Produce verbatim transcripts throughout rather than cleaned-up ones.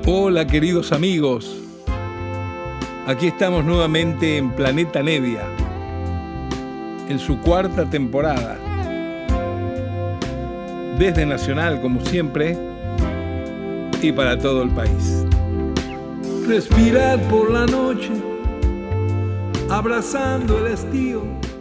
Hola queridos amigos, aquí estamos nuevamente en Planeta Nevia, en su cuarta temporada, desde Nacional como siempre y para todo el país. Respirar por la noche, abrazando el estío.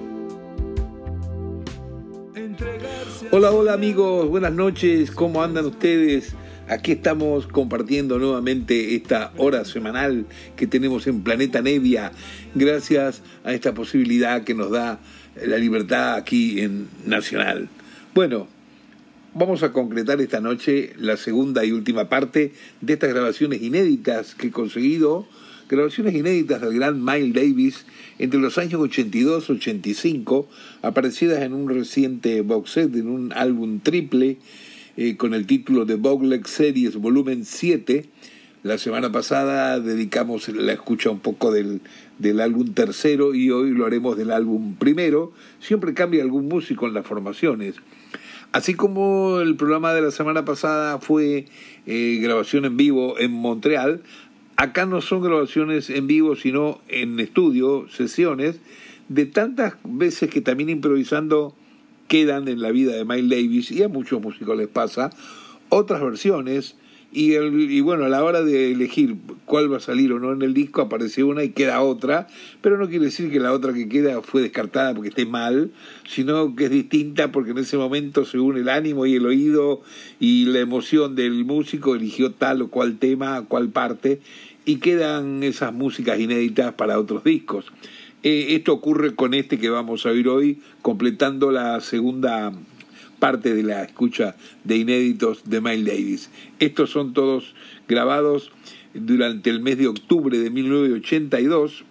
Hola, hola amigos, buenas noches, ¿cómo andan ustedes? Aquí estamos compartiendo nuevamente esta hora semanal que tenemos en Planeta Nevia, gracias a esta posibilidad que nos da la libertad aquí en Nacional. Bueno, vamos a concretar esta noche la segunda y última parte de estas grabaciones inéditas que he conseguido, grabaciones inéditas del gran Miles Davis entre los años ochenta y dos y ochenta y cinco, aparecidas en un reciente box set, en un álbum triple, Eh, con el título de Bootleg Series Volumen siete. La semana pasada dedicamos la escucha un poco del, del álbum tercero y hoy lo haremos del álbum primero. Siempre cambia algún músico en las formaciones. Así como el programa de la semana pasada fue eh, grabación en vivo en Montreal, acá no son grabaciones en vivo sino en estudio, sesiones, de tantas veces que también improvisando quedan en la vida de Miles Davis, y a muchos músicos les pasa, otras versiones, y, el, y bueno, a la hora de elegir cuál va a salir o no en el disco, aparece una y queda otra, pero no quiere decir que la otra que queda fue descartada porque esté mal, sino que es distinta porque en ese momento, según el ánimo y el oído y la emoción del músico, eligió tal o cual tema, cual parte, y quedan esas músicas inéditas para otros discos. Eh, esto ocurre con este que vamos a oír hoy, completando la segunda parte de la escucha de inéditos de Miles Davis. Estos son todos grabados durante el mes de octubre de mil novecientos ochenta y dos.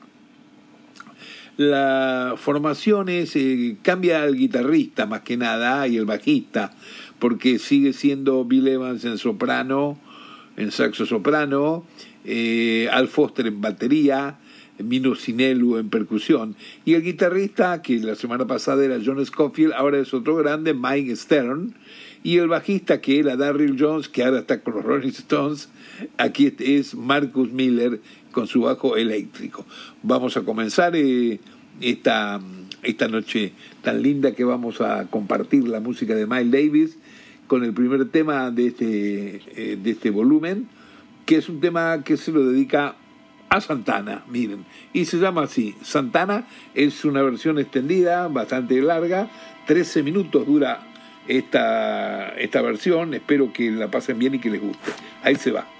La formación es, eh, cambia al guitarrista más que nada y el bajista, porque sigue siendo Bill Evans en soprano, en saxo soprano, eh, Al Foster en batería, Mino Sinelu en percusión, y el guitarrista, que la semana pasada era John Scofield, ahora es otro grande, Mike Stern, y el bajista, que era Darryl Jones, que ahora está con los Rolling Stones, aquí es Marcus Miller con su bajo eléctrico. Vamos a comenzar eh, esta, esta noche tan linda que vamos a compartir la música de Miles Davis con el primer tema de este, eh, de este volumen, que es un tema que se lo dedica a Santana, miren, y se llama así, Santana. Es una versión extendida, bastante larga, trece minutos dura esta, esta versión, espero que la pasen bien y que les guste. Ahí se va.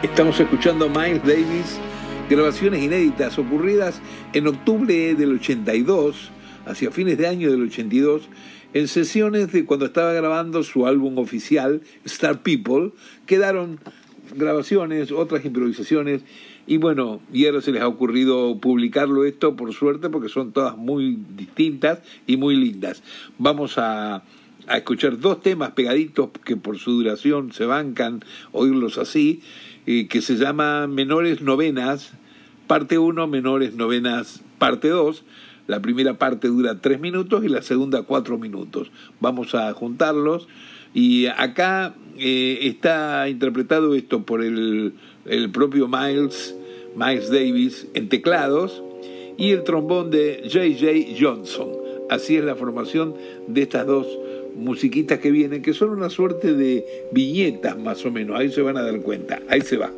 Estamos escuchando a Miles Davis, grabaciones inéditas ocurridas en octubre del ochenta y dos, hacia fines de año del ochenta y dos, en sesiones de cuando estaba grabando su álbum oficial, Star People. Quedaron grabaciones, otras improvisaciones, y bueno, y ahora se les ha ocurrido publicarlo esto, por suerte, porque son todas muy distintas y muy lindas. Vamos a, a escuchar dos temas pegaditos que por su duración se bancan oírlos así, eh, que se llama Menores Novenas, parte uno, Menores Novenas, parte dos. La primera parte dura tres minutos y la segunda cuatro minutos. Vamos a juntarlos. Y acá eh, está interpretado esto por el, el propio Miles, Miles Davis en teclados y el trombón de J J Johnson. Así es la formación de estas dos musiquitas que vienen, que son una suerte de viñetas más o menos. Ahí se van a dar cuenta. Ahí se va.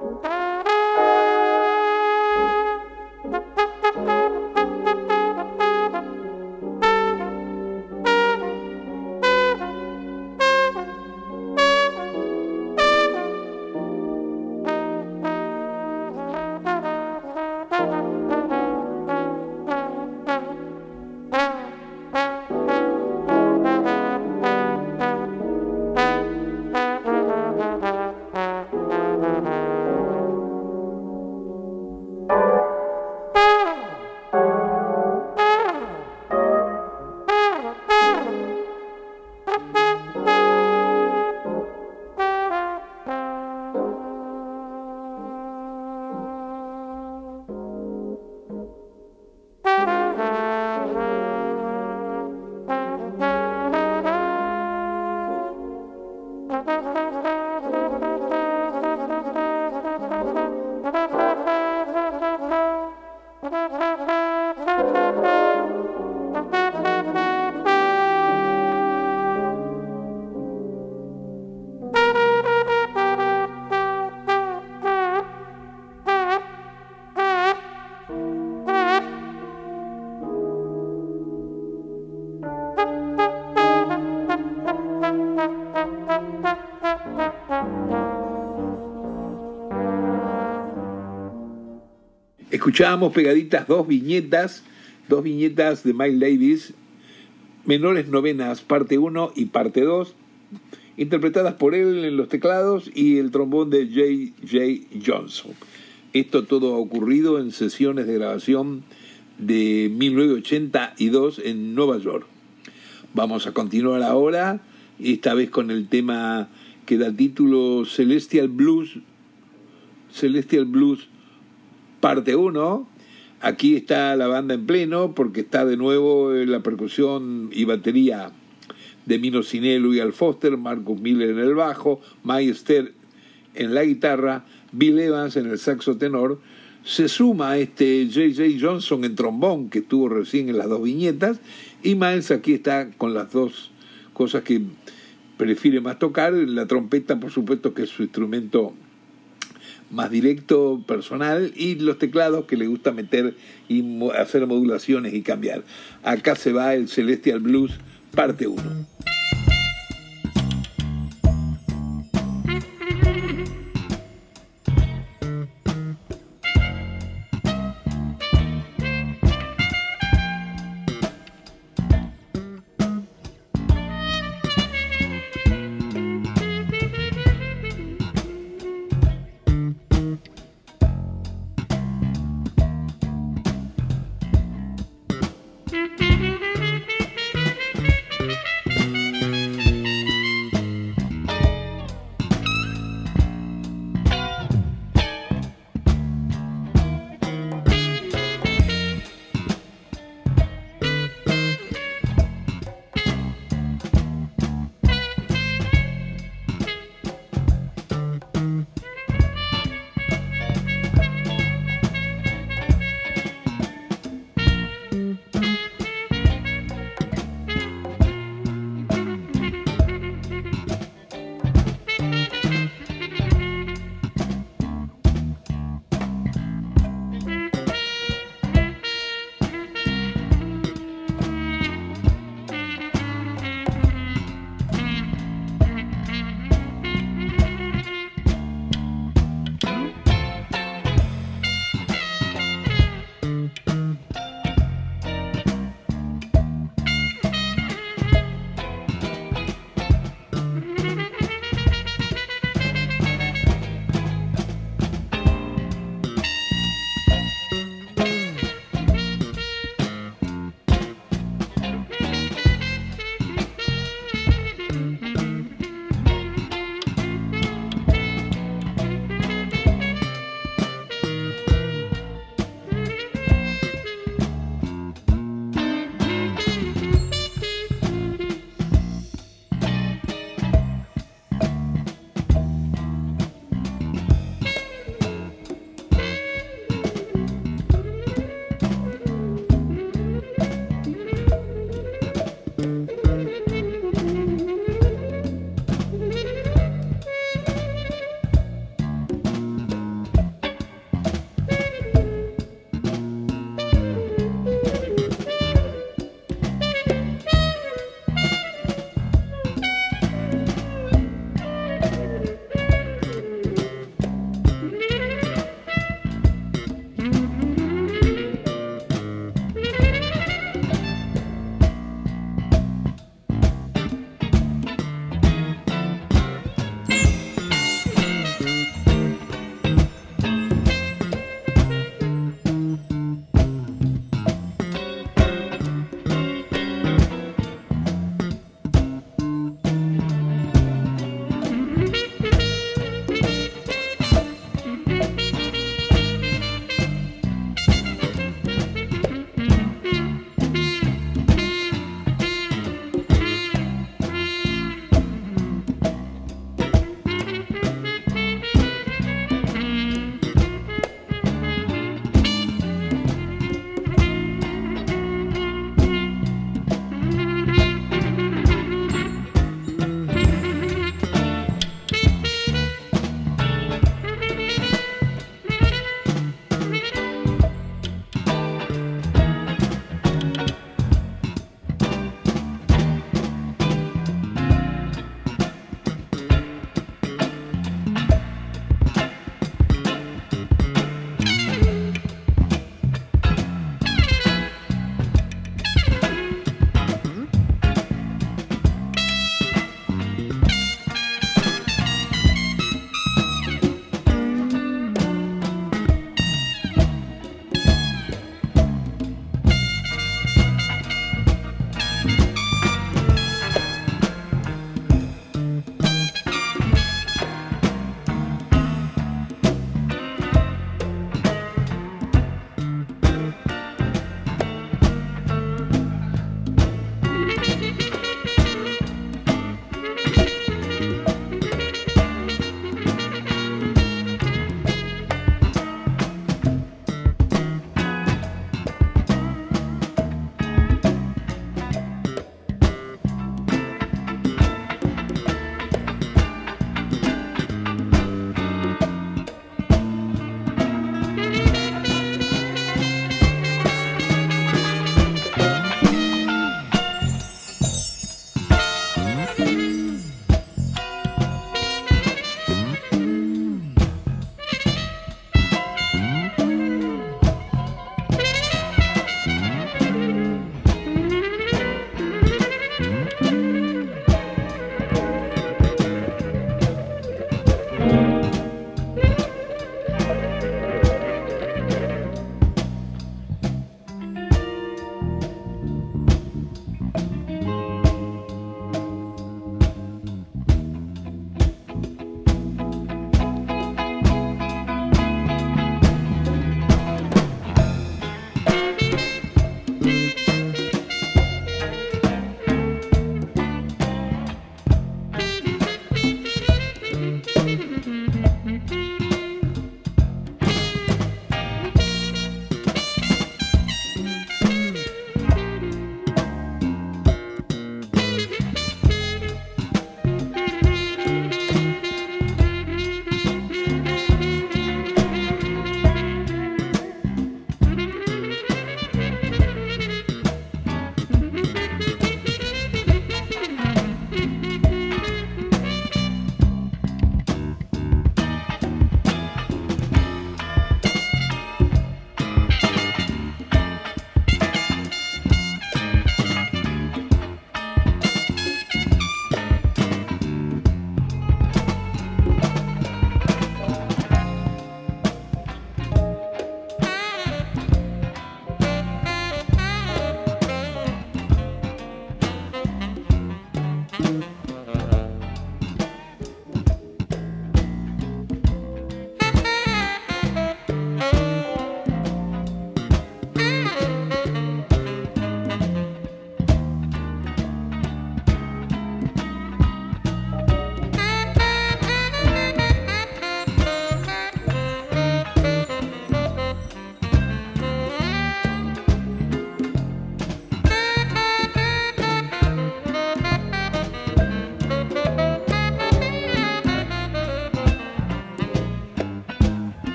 Escuchábamos pegaditas dos viñetas, dos viñetas de Miles Davis, Menores Novenas, parte uno y parte dos, interpretadas por él en los teclados y el trombón de J J Johnson. Esto todo ha ocurrido en sesiones de grabación de mil novecientos ochenta y dos en Nueva York. Vamos a continuar ahora, esta vez con el tema que da título Celestial Blues, Celestial Blues parte uno. Aquí está la banda en pleno porque está de nuevo la percusión y batería de Mino Cinello y Al Foster, Marcus Miller en el bajo, Mike Ster en la guitarra, Bill Evans en el saxo tenor. Se suma este J J Johnson en trombón, que estuvo recién en las dos viñetas, y Miles aquí está con las dos cosas que prefiere más tocar. La trompeta, por supuesto, que es su instrumento más directo, personal, y los teclados que le gusta meter y hacer modulaciones y cambiar. Acá se va el Celestial Blues parte uno.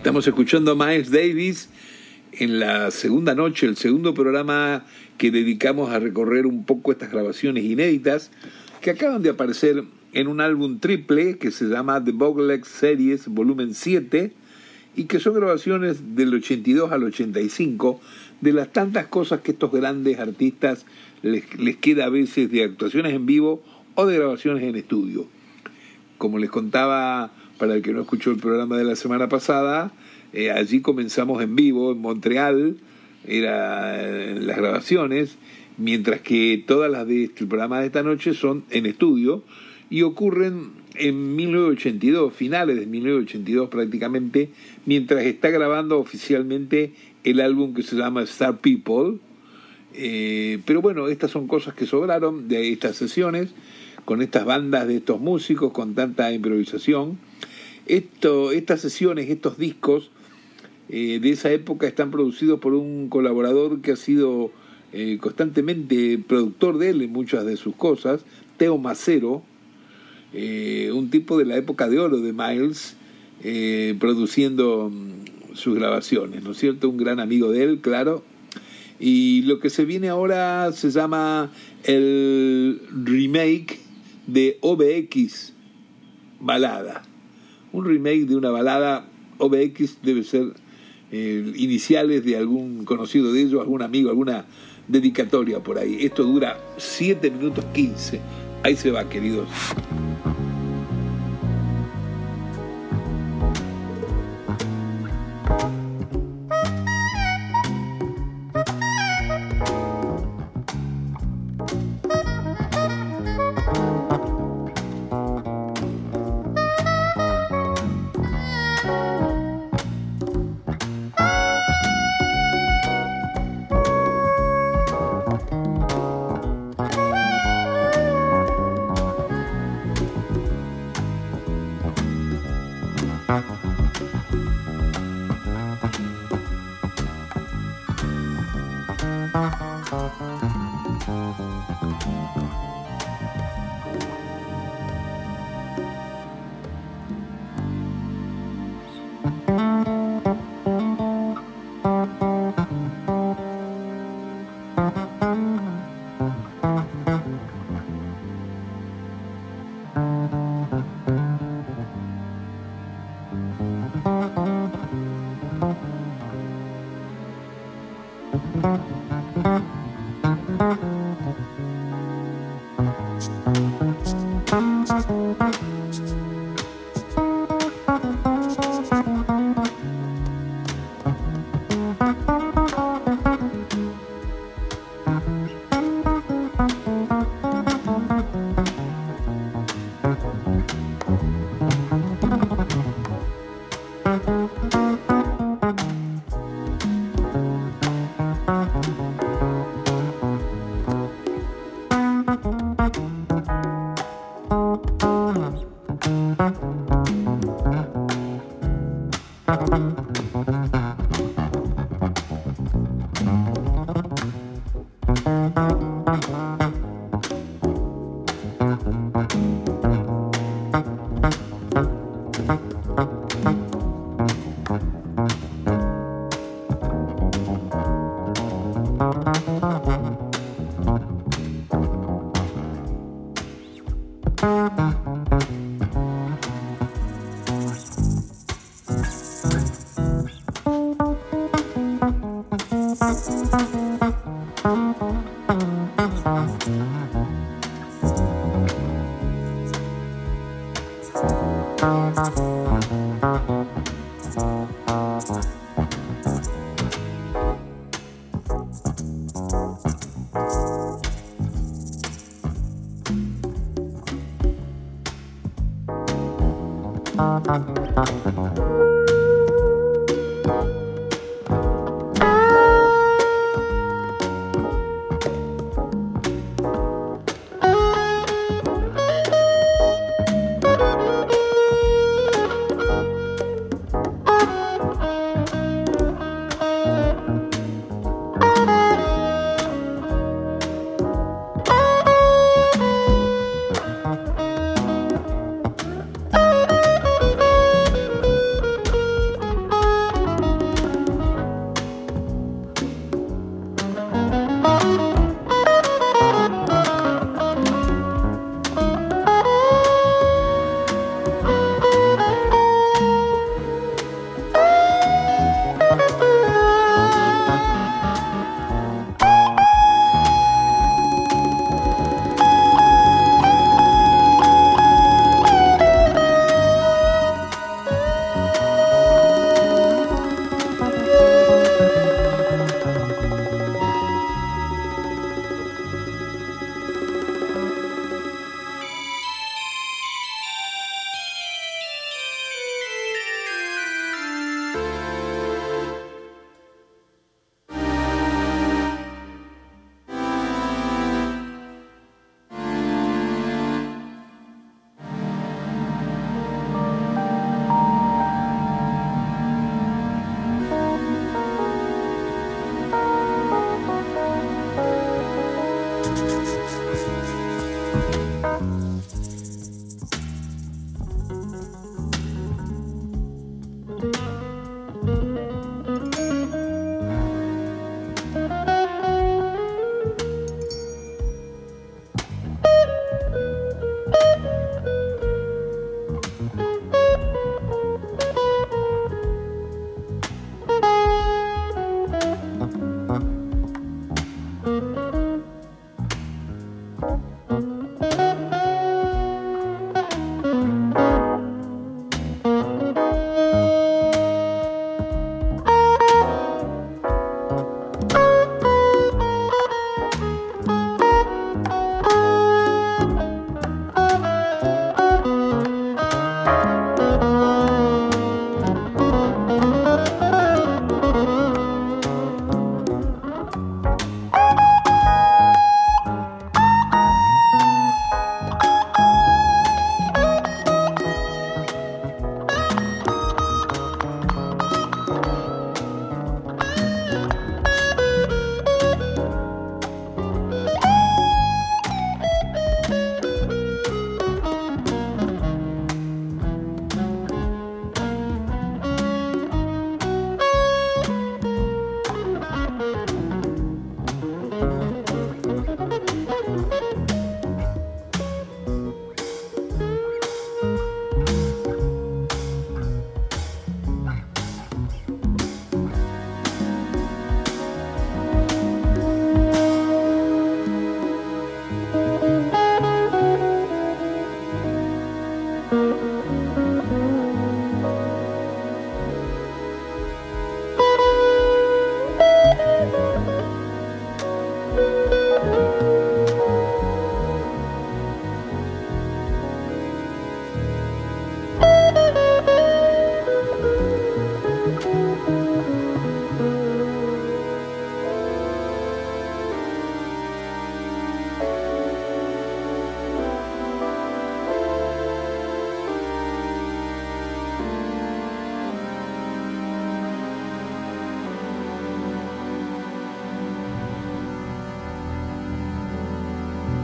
Estamos escuchando a Miles Davis en la segunda noche, el segundo programa que dedicamos a recorrer un poco estas grabaciones inéditas que acaban de aparecer en un álbum triple que se llama The Bootleg Series Volumen siete y que son grabaciones del ochenta y dos al ochenta y cinco de las tantas cosas que estos grandes artistas les, les queda a veces de actuaciones en vivo o de grabaciones en estudio. Como les contaba, para el que no escuchó el programa de la semana pasada, eh, allí comenzamos en vivo en Montreal, eran las grabaciones, mientras que todas las del de programa de esta noche son en estudio y ocurren en mil novecientos ochenta y dos, finales de mil novecientos ochenta y dos prácticamente, mientras está grabando oficialmente el álbum que se llama Star People. Eh, pero bueno, estas son cosas que sobraron de estas sesiones, con estas bandas de estos músicos, con tanta improvisación. Esto, estas sesiones, estos discos eh, de esa época están producidos por un colaborador que ha sido eh, constantemente productor de él en muchas de sus cosas, Teo Macero, eh, un tipo de la época de oro de Miles, eh, produciendo um, sus grabaciones, ¿no es cierto? Un gran amigo de él, claro. Y lo que se viene ahora se llama el remake de O B X Balada. Un remake de una balada. O B X debe ser eh, iniciales de algún conocido de ellos, algún amigo, alguna dedicatoria por ahí. Esto dura siete minutos quince. Ahí se va, queridos.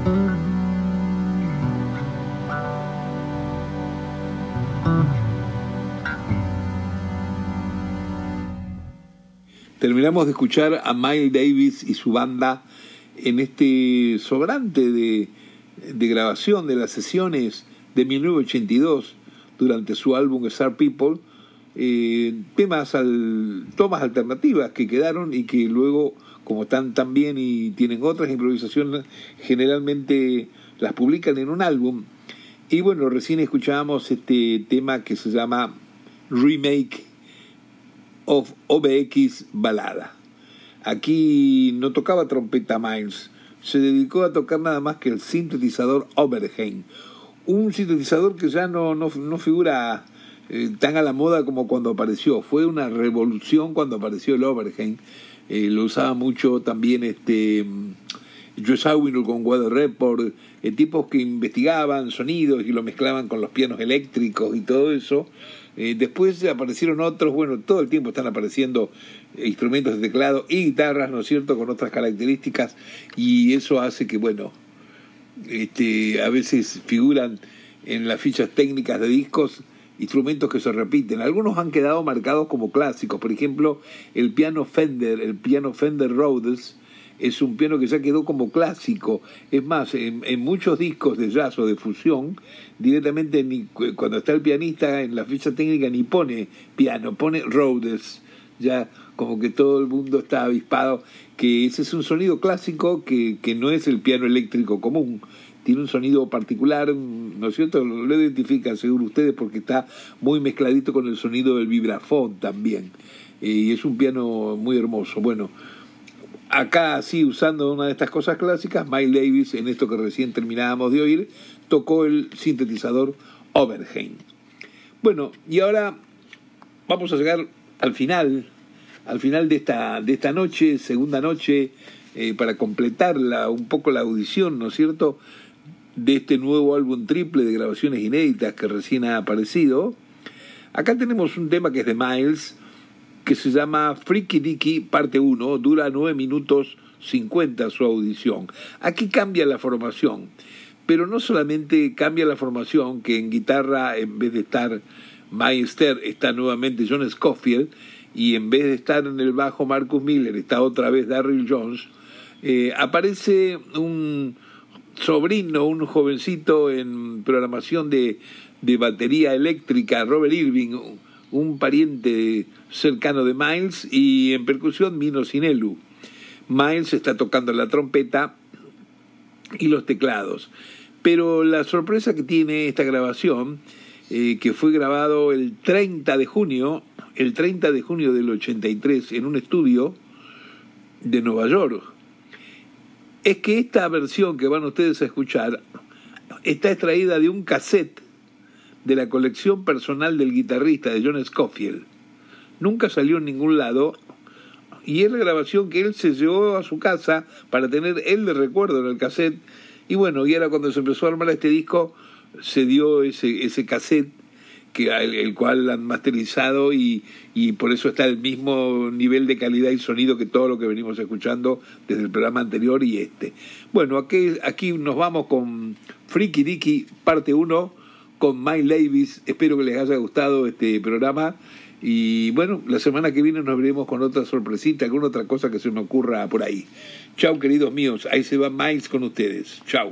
Terminamos de escuchar a Miles Davis y su banda en este sobrante de, de grabación de las sesiones de mil novecientos ochenta y dos durante su álbum Star People, eh, temas al, tomas alternativas que quedaron y que luego, como están tan bien y tienen otras improvisaciones, generalmente las publican en un álbum. Y bueno, recién escuchábamos este tema que se llama Remake of O B X Balada. Aquí no tocaba trompeta Miles, se dedicó a tocar nada más que el sintetizador Oberheim, un sintetizador que ya no, no, no figura eh, tan a la moda como cuando apareció. Fue una revolución cuando apareció el Oberheim. Eh, lo usaba mucho también este Joe Zawinul con Weather Report, eh, tipos que investigaban sonidos y lo mezclaban con los pianos eléctricos y todo eso. Eh, después aparecieron otros, bueno, todo el tiempo están apareciendo instrumentos de teclado y guitarras, ¿no es cierto?, con otras características, y eso hace que, bueno, este, a veces figuran en las fichas técnicas de discos instrumentos que se repiten. Algunos han quedado marcados como clásicos, por ejemplo, el piano Fender, el piano Fender Rhodes, es un piano que ya quedó como clásico. Es más, en, en muchos discos de jazz o de fusión, directamente ni, cuando está el pianista en la ficha técnica ni pone piano, pone Rhodes. Ya como que todo el mundo está avispado que ese es un sonido clásico que, que no es el piano eléctrico común. Tiene un sonido particular, ¿no es cierto? Lo identifican seguro ustedes porque está muy mezcladito con el sonido del vibrafón también. Eh, y es un piano muy hermoso. Bueno, acá sí, usando una de estas cosas clásicas, Miles Davis, en esto que recién terminábamos de oír, tocó el sintetizador Oberheim. Bueno, y ahora vamos a llegar al final, al final de esta, de esta noche, segunda noche, eh, para completar la, un poco la audición, ¿no es cierto?, de este nuevo álbum triple de grabaciones inéditas que recién ha aparecido. Acá tenemos un tema que es de Miles, que se llama Freaky Dicky parte uno, dura nueve minutos cincuenta su audición. Aquí cambia la formación, pero no solamente cambia la formación, que en guitarra, en vez de estar Miles Ster, está nuevamente John Scofield, y en vez de estar en el bajo Marcus Miller, está otra vez Darryl Jones. Eh, aparece un sobrino, un jovencito en programación de, de batería eléctrica, Robert Irving, un pariente cercano de Miles, y en percusión Mino Sinelu. Miles está tocando la trompeta y los teclados. Pero la sorpresa que tiene esta grabación, eh, que fue grabado el treinta de junio, el treinta de junio del ochenta y tres, en un estudio de Nueva York, es que esta versión que van ustedes a escuchar está extraída de un cassette de la colección personal del guitarrista, de John Scofield. Nunca salió en ningún lado, y es la grabación que él se llevó a su casa para tener él de recuerdo en el cassette. Y bueno, y ahora cuando se empezó a armar este disco, se dio ese, ese cassette, que el, el cual han masterizado, y, y por eso está el mismo nivel de calidad y sonido que todo lo que venimos escuchando desde el programa anterior y este. Bueno, aquí, aquí nos vamos con Freaky Dicky parte uno, con Miles Davis. Espero que les haya gustado este programa, y bueno, la semana que viene nos veremos con otra sorpresita, alguna otra cosa que se me ocurra por ahí. Chau, queridos míos, ahí se va Miles con ustedes. Chau.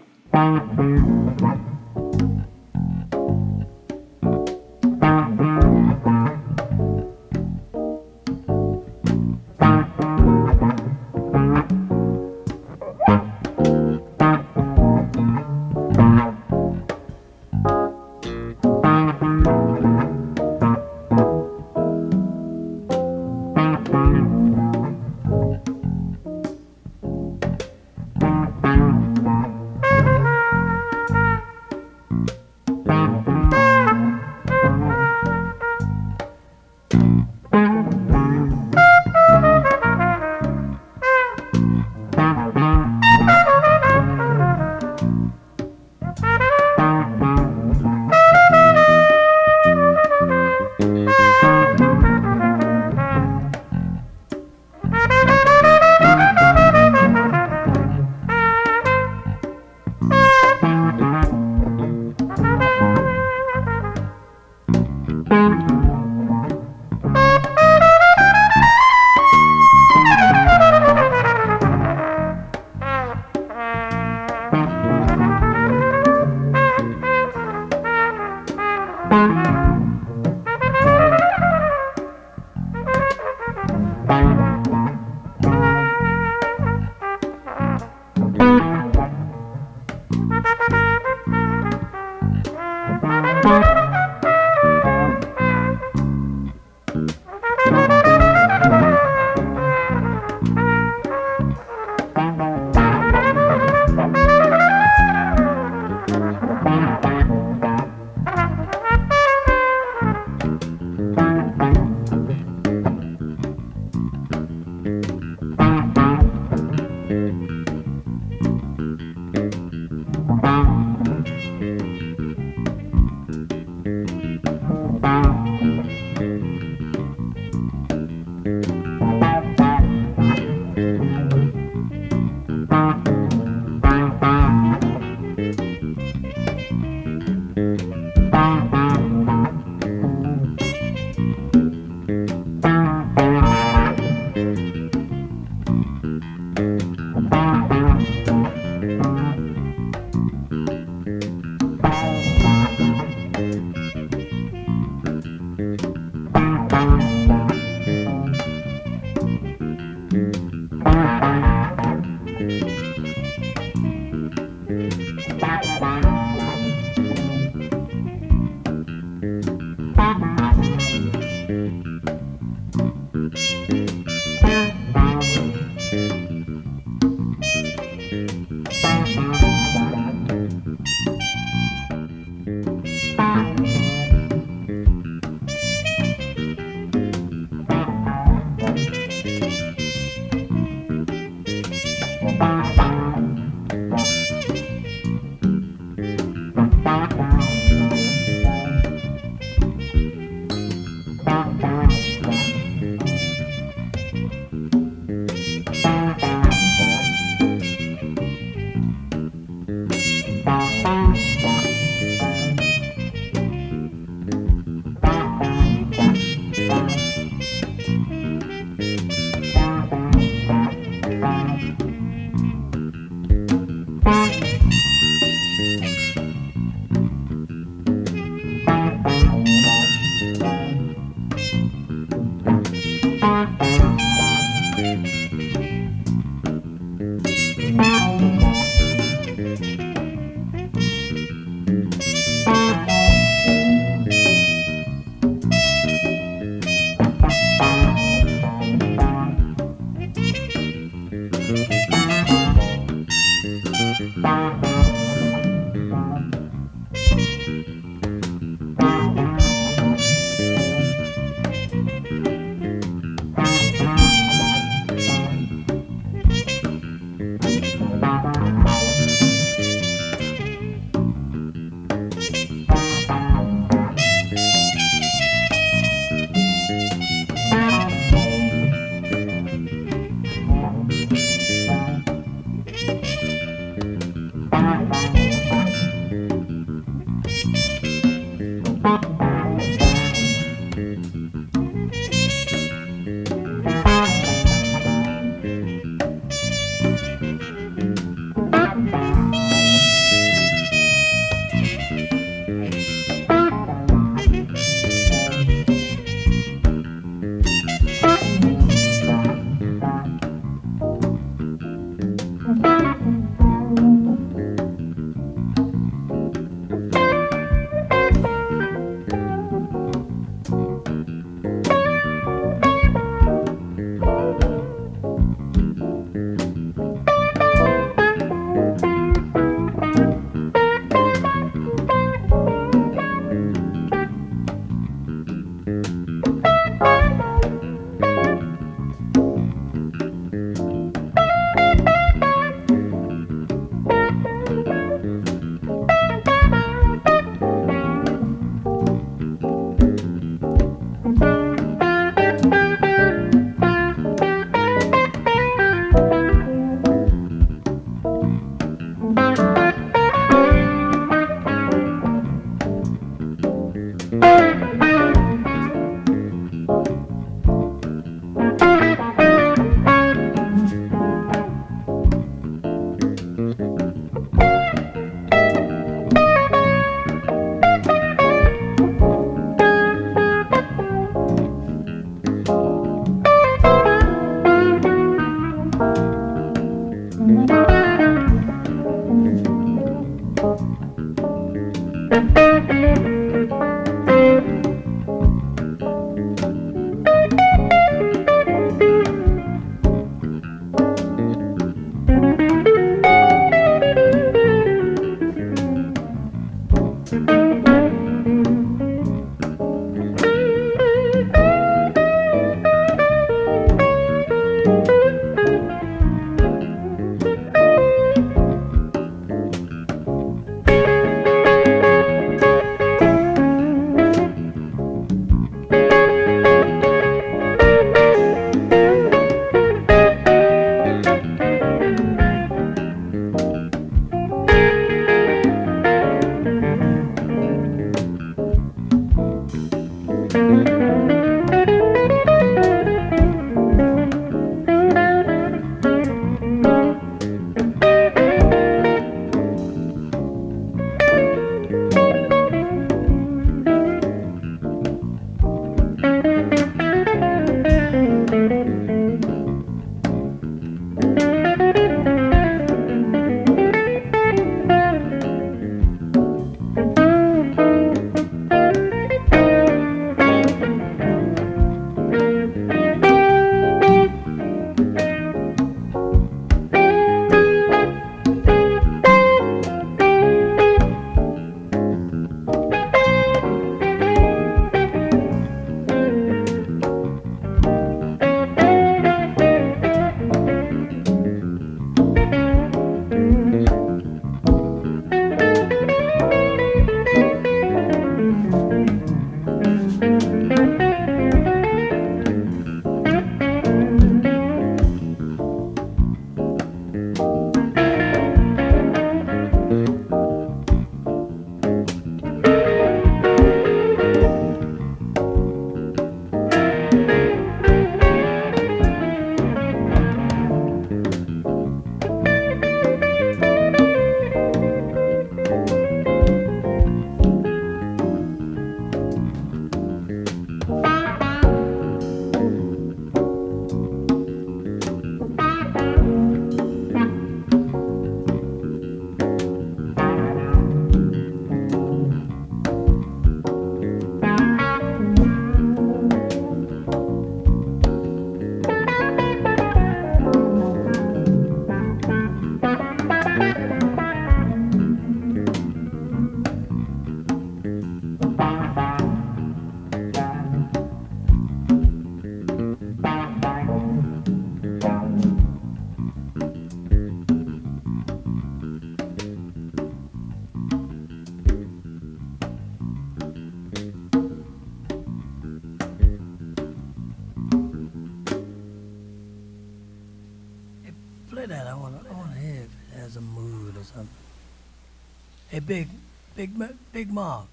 want to, I want to hear if it has a mood or something. Hey, Big, Big, Big Mark.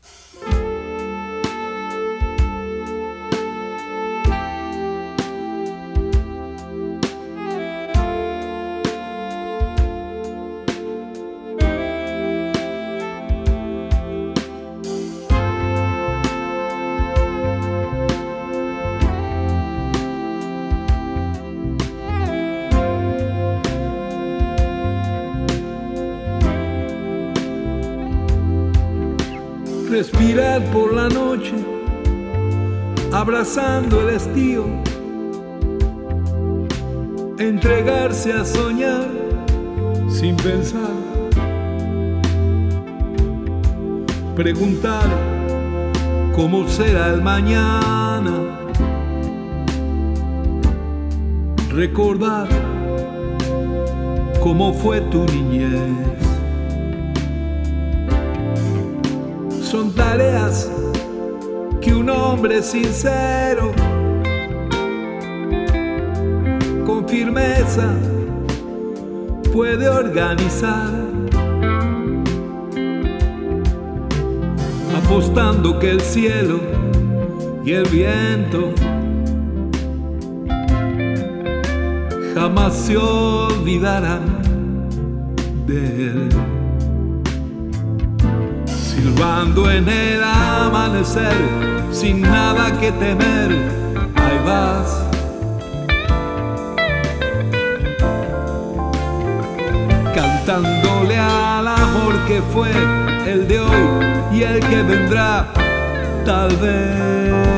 Respirar por la noche, abrazando el estío, entregarse a soñar sin pensar, preguntar cómo será el mañana, recordar cómo fue tu niñez. Son tareas que un hombre sincero, con firmeza, puede organizar, apostando que el cielo y el viento jamás se olvidarán de él. Silbando en el amanecer, sin nada que temer, ahí vas. Cantándole al amor que fue el de hoy y el que vendrá, tal vez.